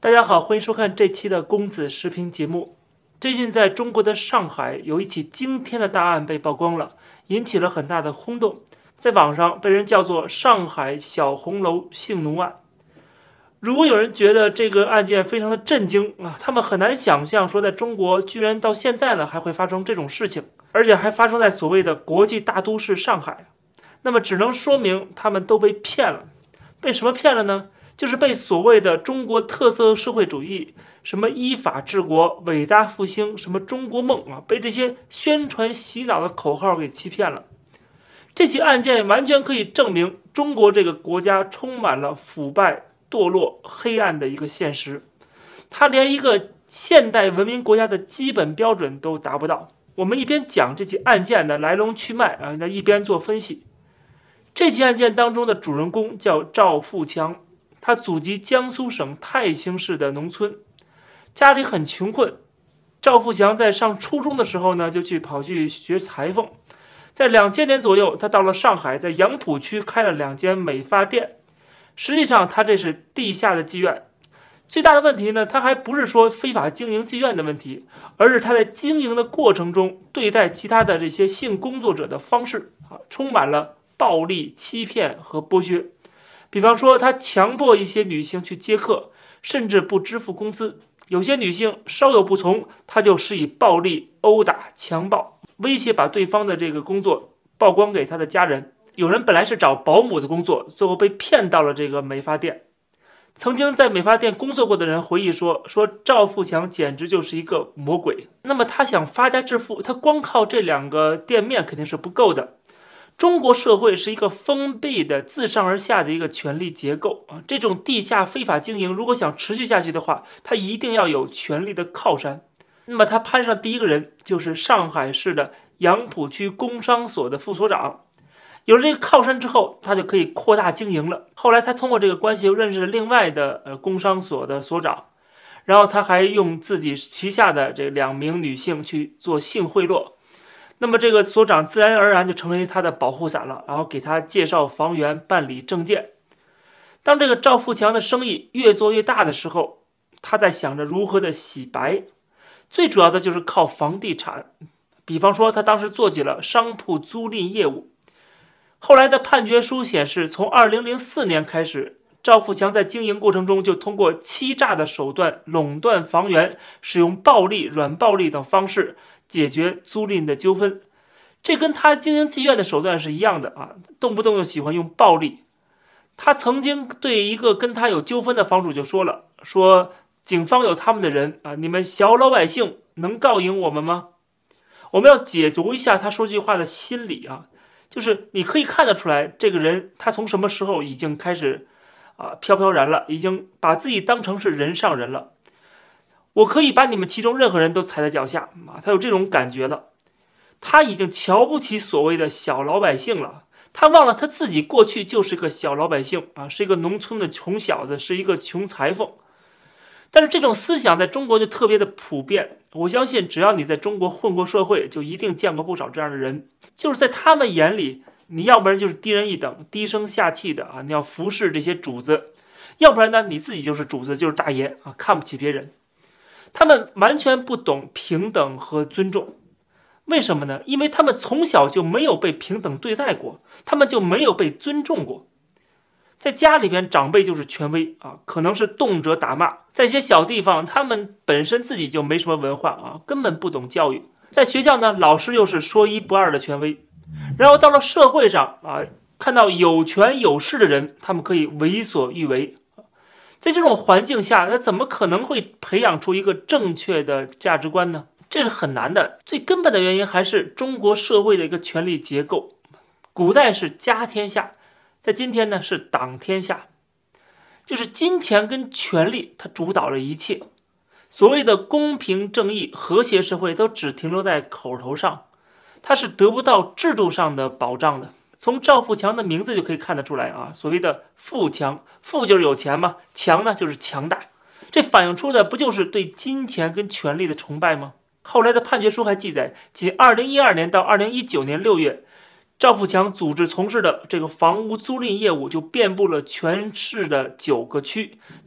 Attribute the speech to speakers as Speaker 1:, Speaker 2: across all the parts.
Speaker 1: 大家好，欢迎收看这期的公子视频节目。最近在中国的上海有一起惊天的大案被曝光了，引起了很大的轰动，在网上被人叫做上海小红楼性奴案。如果有人觉得这个案件非常的震惊啊，他们很难想象说在中国居然到现在了还会发生这种事情，而且还发生在所谓的国际大都市上海。那么只能说明他们都被骗了。被什么骗了呢？就是被所谓的中国特色社会主义、什么依法治国、伟大复兴、什么中国梦啊，被这些宣传洗脑的口号给欺骗了。这起案件完全可以证明中国这个国家充满了腐败、堕落、黑暗的一个现实，它连一个现代文明国家的基本标准都达不到。我们一边讲这起案件的来龙去脉啊，一边做分析。这起案件当中的主人公叫赵富强，他祖籍江苏省泰兴市的农村，家里很穷困。赵富强在上初中的时候呢，就跑去学裁缝。在2000年左右，他到了上海，在杨浦区开了2间美发店。实际上，他这是地下的妓院。最大的问题呢，他还不是说非法经营妓院的问题，而是他在经营的过程中对待其他的这些性工作者的方式充满了暴力、欺骗和剥削。比方说，他强迫一些女性去接客，甚至不支付工资。有些女性稍有不从，他就施以暴力、殴打、强暴，威胁把对方的这个工作曝光给他的家人。有人本来是找保姆的工作，最后被骗到了这个美发店。曾经在美发店工作过的人回忆说赵富强简直就是一个魔鬼。那么他想发家致富，他光靠这2个店面肯定是不够的。中国社会是一个封闭的自上而下的一个权力结构啊，这种地下非法经营如果想持续下去的话，它一定要有权力的靠山。那么他攀上第一个人就是上海市的杨浦区工商所的副所长。有了这个靠山之后，他就可以扩大经营了。后来他通过这个关系又认识了另外的工商所的所长，然后他还用自己旗下的这2名女性去做性贿赂。那么这个所长自然而然就成为他的保护伞了，然后给他介绍房源、办理证件。当这个赵富强的生意越做越大的时候，他在想着如何的洗白，最主要的就是靠房地产。比方说他当时做起了商铺租赁业务。后来的判决书显示，从2004年开始，赵富强在经营过程中就通过欺诈的手段垄断房源，使用暴力、软暴力等方式解决租赁的纠纷。这跟他经营妓院的手段是一样的啊，动不动就喜欢用暴力。他曾经对一个跟他有纠纷的房主就说警方有他们的人啊，你们小老百姓能告赢我们吗？我们要解读一下他说这句话的心理啊，就是你可以看得出来，这个人他从什么时候已经开始飘飘然了，已经把自己当成是人上人了。我可以把你们其中任何人都踩在脚下啊，他有这种感觉了。他已经瞧不起所谓的小老百姓了，他忘了他自己过去就是个小老百姓啊，是一个农村的穷小子，是一个穷裁缝。但是这种思想在中国就特别的普遍，我相信只要你在中国混过社会，就一定见过不少这样的人。就是在他们眼里，你要不然就是低人一等、低声下气的啊，你要服侍这些主子；要不然呢，你自己就是主子，就是大爷啊，看不起别人。他们完全不懂平等和尊重。为什么呢？因为他们从小就没有被平等对待过，他们就没有被尊重过。在家里边，长辈就是权威啊，可能是动辄打骂。在一些小地方，他们本身自己就没什么文化啊，根本不懂教育。在学校呢，老师又是说一不二的权威。然后到了社会上啊，看到有权有势的人，他们可以为所欲为。在这种环境下，他怎么可能会培养出一个正确的价值观呢？这是很难的。最根本的原因还是中国社会的一个权力结构。古代是家天下，在今天呢是党天下，就是金钱跟权力它主导了一切。所谓的公平正义、和谐社会都只停留在口头上，它是得不到制度上的保障的。从赵富强的名字就可以看得出来啊，所谓的富强，富就是有钱嘛，强呢就是强大，这反映出的不就是对金钱跟权力的崇拜吗？后来的判决书还记载，仅2012年到2019年6月，赵富强组织从事的这个房屋租赁业务就遍布了全市的9个区，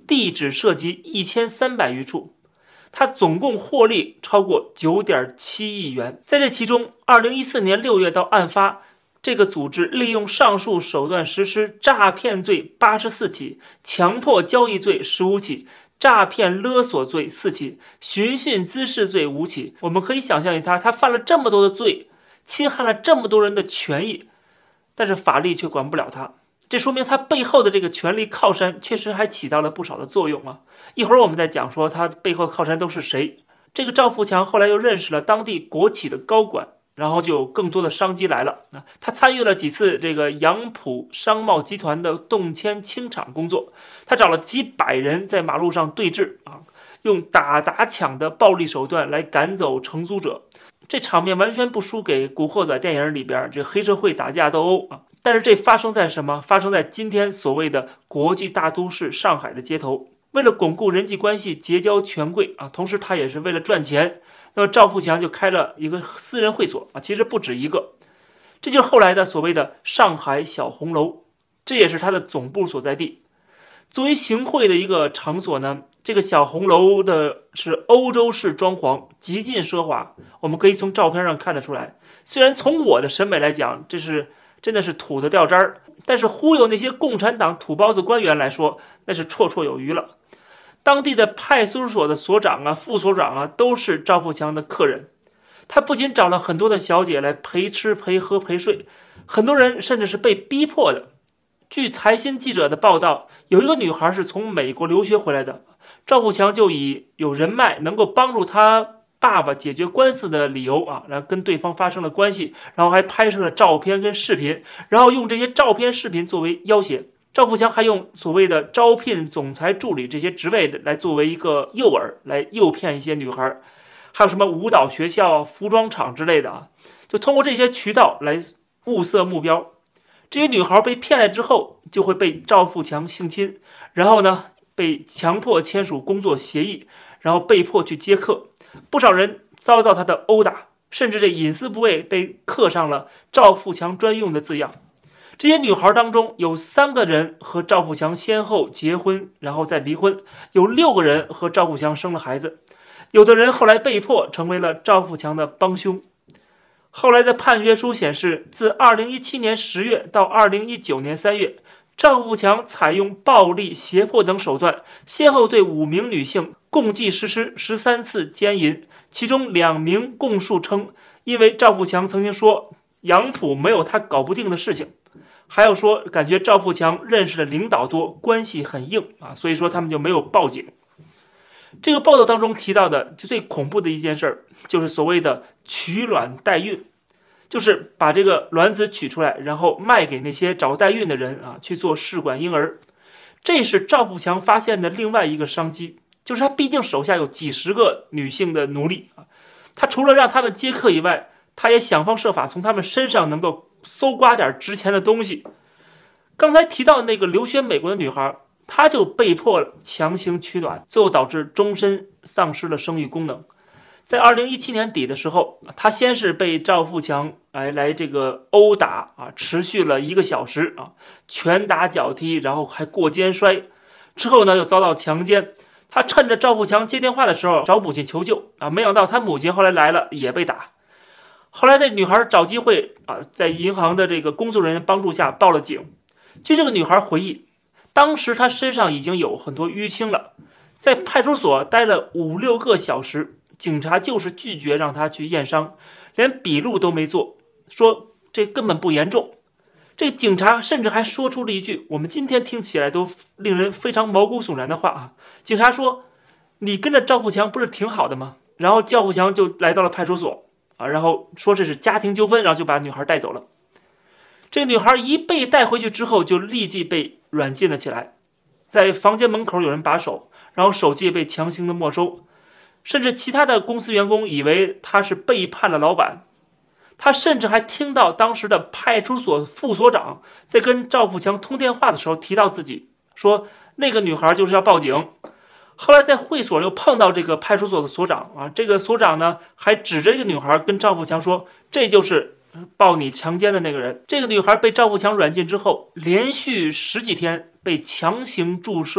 Speaker 1: 地址涉及1300余处，他总共获利超过9.7亿元。在这其中，2014年6月到案发，这个组织利用上述手段实施诈骗罪84起，强迫交易罪15起，诈骗勒索罪4起，寻衅滋事罪5起。我们可以想象一下，他犯了这么多的罪，侵害了这么多人的权益，但是法律却管不了他。这说明他背后的这个权力靠山确实还起到了不少的作用啊。一会儿我们再讲说他背后靠山都是谁。这个赵富强后来又认识了当地国企的高管，然后就有更多的商机来了。他参与了几次这个杨浦商贸集团的动迁清场工作，他找了几百人在马路上对峙啊，用打砸抢的暴力手段来赶走承租者。这场面完全不输给古惑仔电影里边这黑社会打架斗殴啊。但是这发生在什么？发生在今天所谓的国际大都市上海的街头。为了巩固人际关系，结交权贵啊，同时他也是为了赚钱。那么赵富强就开了一个私人会所啊，其实不止一个。这就是后来的所谓的上海小红楼，这也是他的总部所在地。作为行贿的一个场所呢，这个小红楼的是欧洲式装潢，极尽奢华。我们可以从照片上看得出来。虽然从我的审美来讲，这是真的是土的掉渣儿，但是忽悠那些共产党土包子官员来说，那是绰绰有余了。当地的派出所的所长啊、副所长啊，都是赵富强的客人。他不仅找了很多的小姐来陪吃陪喝陪睡，很多人甚至是被逼迫的。据财新记者的报道，有一个女孩是从美国留学回来的，赵富强就以有人脉能够帮助他爸爸解决官司的理由啊，然后跟对方发生了关系，然后还拍摄了照片跟视频，然后用这些照片视频作为要挟。赵富强还用所谓的招聘总裁助理这些职位来作为一个诱饵，来诱骗一些女孩，还有什么舞蹈学校、服装厂之类的啊，就通过这些渠道来物色目标。这些女孩被骗来之后，就会被赵富强性侵，然后呢被强迫签署工作协议，然后被迫去接客。不少人遭到他的殴打，甚至这隐私部位被刻上了赵富强专用的字样。这些女孩当中有3个人和赵富强先后结婚，然后再离婚，有6个人和赵富强生了孩子，有的人后来被迫成为了赵富强的帮凶。后来的判决书显示，自2017年10月到2019年3月，赵富强采用暴力、胁迫等手段，先后对5名女性共计实施13次奸淫，其中2名供述称，因为赵富强曾经说杨浦没有他搞不定的事情，还有说感觉赵富强认识的领导多，关系很硬啊，所以说他们就没有报警。这个报道当中提到的就最恐怖的一件事，就是所谓的取卵代孕，就是把这个卵子取出来，然后卖给那些找代孕的人啊，去做试管婴儿。这是赵富强发现的另外一个商机，就是他毕竟手下有几十个女性的奴隶啊，他除了让他们接客以外，他也想方设法从他们身上能够搜刮点值钱的东西。刚才提到的那个留学美国的女孩，她就被迫强行取卵，最后导致终身丧失了生育功能。在2017年底的时候，她先是被赵富强来这个殴打啊，持续了1个小时啊，拳打脚踢，然后还过肩摔。之后呢，又遭到强奸。她趁着赵富强接电话的时候找母亲求救啊，没想到她母亲后来来了也被打。后来这女孩找机会啊，在银行的这个工作人员帮助下报了警。据这个女孩回忆，当时她身上已经有很多淤青了，在派出所待了5-6个小时，警察就是拒绝让她去验伤，连笔录都没做，说这根本不严重。这警察甚至还说出了一句我们今天听起来都令人非常毛骨悚然的话啊！警察说：“你跟着赵富强不是挺好的吗？”然后赵富强就来到了派出所啊，然后说这是家庭纠纷，然后就把女孩带走了。这个女孩一被带回去之后，就立即被软禁了起来，在房间门口有人把守，然后手机也被强行的没收，甚至其他的公司员工以为她是背叛了老板。他甚至还听到当时的派出所副所长在跟赵富强通电话的时候提到自己，说那个女孩就是要报警。后来在会所又碰到这个派出所的所长啊，这个所长呢还指着这个女孩跟赵富强说，这就是报你强奸的那个人。这个女孩被赵富强软禁之后，连续10几天被强行注射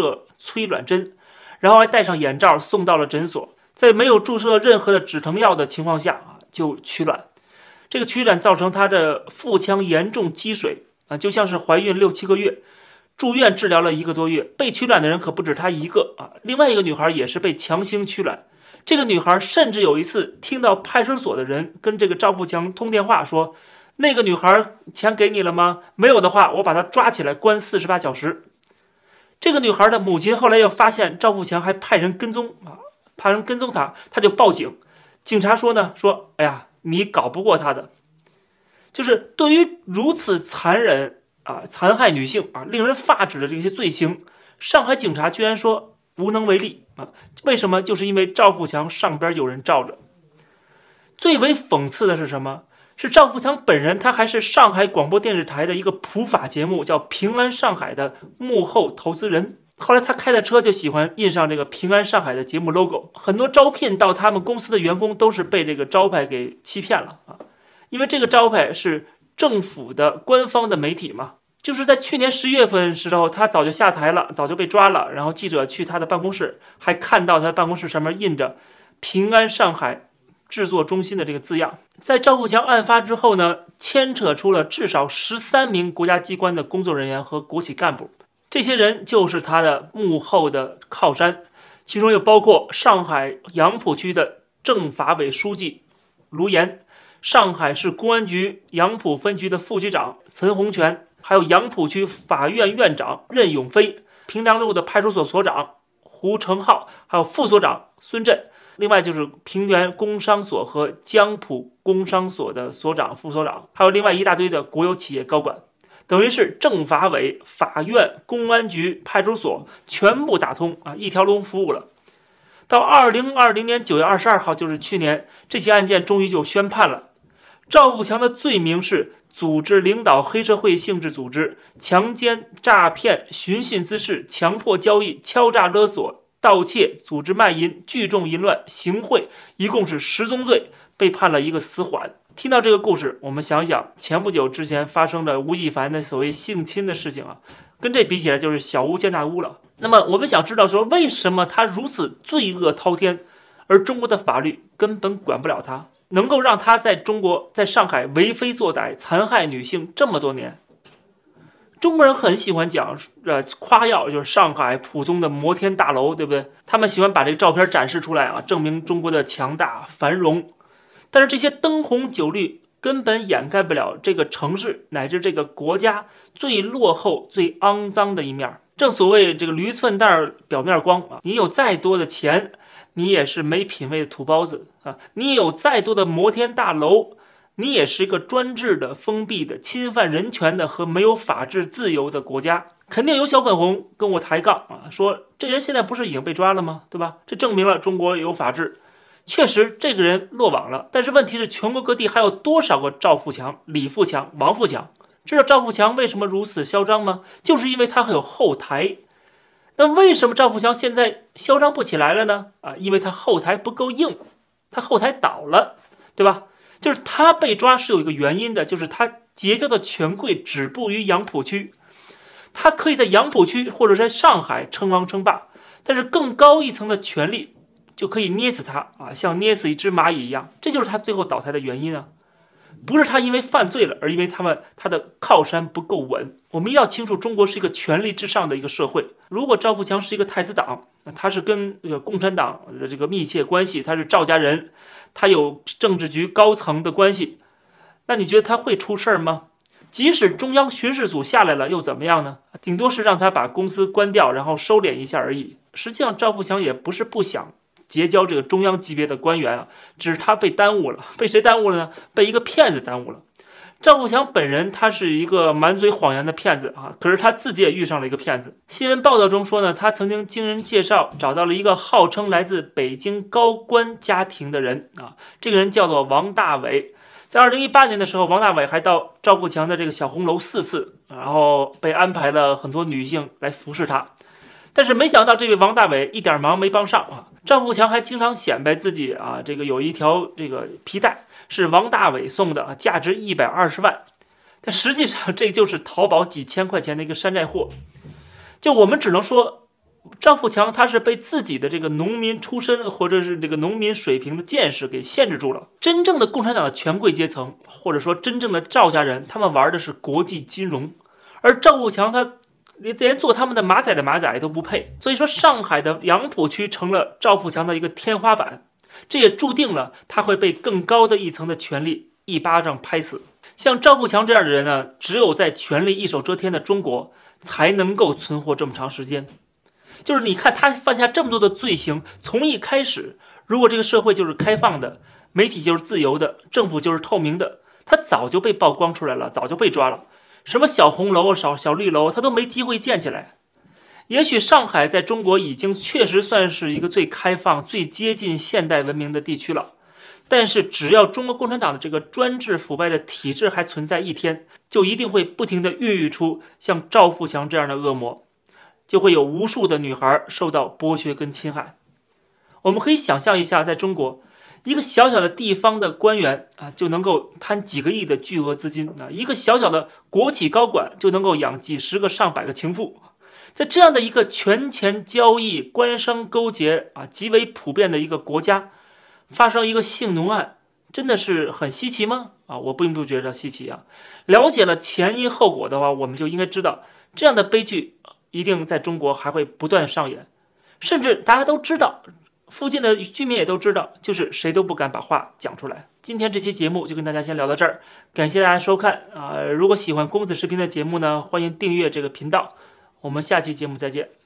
Speaker 1: 催卵针，然后还戴上眼罩送到了诊所，在没有注射任何的止疼药的情况下就取卵。这个取卵造成她的腹腔严重积水就像是怀孕6、7个月，住院治疗了1个多月。被取卵的人可不止她一个另外一个女孩也是被强行取卵。这个女孩甚至有一次听到派出所的人跟这个赵富强通电话说，那个女孩钱给你了吗？没有的话我把她抓起来关48小时。这个女孩的母亲后来又发现赵富强还派人跟踪她，她就报警。警察说哎呀，你搞不过她的。就是对于如此残忍残害女性令人发指的这些罪行，上海警察居然说无能为力为什么？就是因为赵富强上边有人罩着。最为讽刺的是什么？是赵富强本人，他还是上海广播电视台的一个普法节目叫《平安上海》的幕后投资人。后来他开的车就喜欢印上这个平安上海的节目 logo， 很多招聘到他们公司的员工都是被这个招牌给欺骗了因为这个招牌是政府的官方的媒体嘛。就是在去年11月份时候，他早就下台了，早就被抓了，然后记者去他的办公室，还看到他办公室上面印着平安上海制作中心的这个字样。在赵富强案发之后呢，牵扯出了至少13名国家机关的工作人员和国企干部，这些人就是他的幕后的靠山，其中又包括上海杨浦区的政法委书记卢岩，上海市公安局杨浦分局的副局长陈洪全，还有杨浦区法院院长任永飞，平凉路的派出所所长胡成浩，还有副所长孙振。另外就是平原工商所和江浦工商所的所长、副所长，还有另外一大堆的国有企业高管，等于是政法委、法院、公安局、派出所全部打通一条龙服务了。到2020年9月22号，就是去年，这起案件终于就宣判了。赵富强的罪名是组织领导黑社会性质组织、强奸、诈骗、寻衅滋事、强迫交易、敲诈勒索、盗窃、组织卖淫、聚众淫乱、行贿，一共是10宗罪，被判了一个死缓。听到这个故事，我们想想前不久之前发生的吴亦凡的所谓性侵的事情跟这比起来就是小巫见大巫了。那么我们想知道说，为什么他如此罪恶滔天，而中国的法律根本管不了他，能够让他在中国在上海为非作歹，残害女性这么多年？中国人很喜欢讲夸耀，就是上海浦东的摩天大楼，对不对？他们喜欢把这个照片展示出来证明中国的强大繁荣。但是这些灯红酒绿根本掩盖不了这个城市乃至这个国家最落后、最肮脏的一面。正所谓这个驴粪蛋表面光你有再多的钱，你也是没品位的土包子你有再多的摩天大楼，你也是一个专制的、封闭的、侵犯人权的和没有法治自由的国家。肯定有小粉红跟我抬杠说这人现在不是已经被抓了吗？对吧？这证明了中国有法治。确实这个人落网了，但是问题是全国各地还有多少个赵富强、李富强、王富强？知道赵富强为什么如此嚣张吗？就是因为他还有后台。那为什么赵富强现在嚣张不起来了呢？因为他后台不够硬，他后台倒了，对吧？就是他被抓是有一个原因的，就是他结交的权贵止步于杨浦区，他可以在杨浦区或者在上海称王称霸，但是更高一层的权力就可以捏死他像捏死一只蚂蚁一样，这就是他最后倒台的原因不是他因为犯罪了，而因为他的靠山不够稳。我们要清楚，中国是一个权力至上的一个社会。如果赵富强是一个太子党，他是跟这个共产党的这个密切关系，他是赵家人，他有政治局高层的关系，那你觉得他会出事吗？即使中央巡视组下来了又怎么样呢？顶多是让他把公司关掉，然后收敛一下而已。实际上赵富强也不是不想结交这个中央级别的官员只是他被耽误了。被谁耽误了呢？被一个骗子耽误了。赵富强本人他是一个满嘴谎言的骗子可是他自己也遇上了一个骗子。新闻报道中说呢，他曾经经人介绍找到了一个号称来自北京高官家庭的人这个人叫做王大伟。在2018年的时候，王大伟还到赵富强的这个小红楼4次，然后被安排了很多女性来服侍他。但是没想到这位王大伟一点忙没帮上赵富强还经常显摆自己这个有一条这个皮带是王大伟送的价值120万，但实际上这就是淘宝几千块钱的一个山寨货。就我们只能说赵富强他是被自己的这个农民出身或者是这个农民水平的见识给限制住了。真正的共产党的权贵阶层，或者说真正的赵家人，他们玩的是国际金融，而赵富强他连做他们的马仔都不配。所以说，上海的杨浦区成了赵富强的一个天花板，这也注定了他会被更高的一层的权力一巴掌拍死。像赵富强这样的人呢，只有在权力一手遮天的中国才能够存活这么长时间。就是你看他犯下这么多的罪行，从一开始，如果这个社会就是开放的，媒体就是自由的，政府就是透明的，他早就被曝光出来了，早就被抓了。什么小红楼、小绿楼，他都没机会建起来。也许上海在中国已经确实算是一个最开放、最接近现代文明的地区了。但是只要中国共产党的这个专制腐败的体制还存在一天，就一定会不停地孕育出像赵富强这样的恶魔，就会有无数的女孩受到剥削跟侵害。我们可以想象一下，在中国一个小小的地方的官员啊，就能够贪几个亿的巨额资金啊，一个小小的国企高管就能够养几十个上百个情妇。在这样的一个权钱交易、官商勾结啊极为普遍的一个国家，发生一个性奴案，真的是很稀奇吗？我并不觉得稀奇啊。了解了前因后果的话，我们就应该知道，这样的悲剧一定在中国还会不断上演，甚至大家都知道，附近的居民也都知道，就是谁都不敢把话讲出来。今天这期节目就跟大家先聊到这儿，感谢大家收看如果喜欢公子视频的节目呢，欢迎订阅这个频道，我们下期节目再见。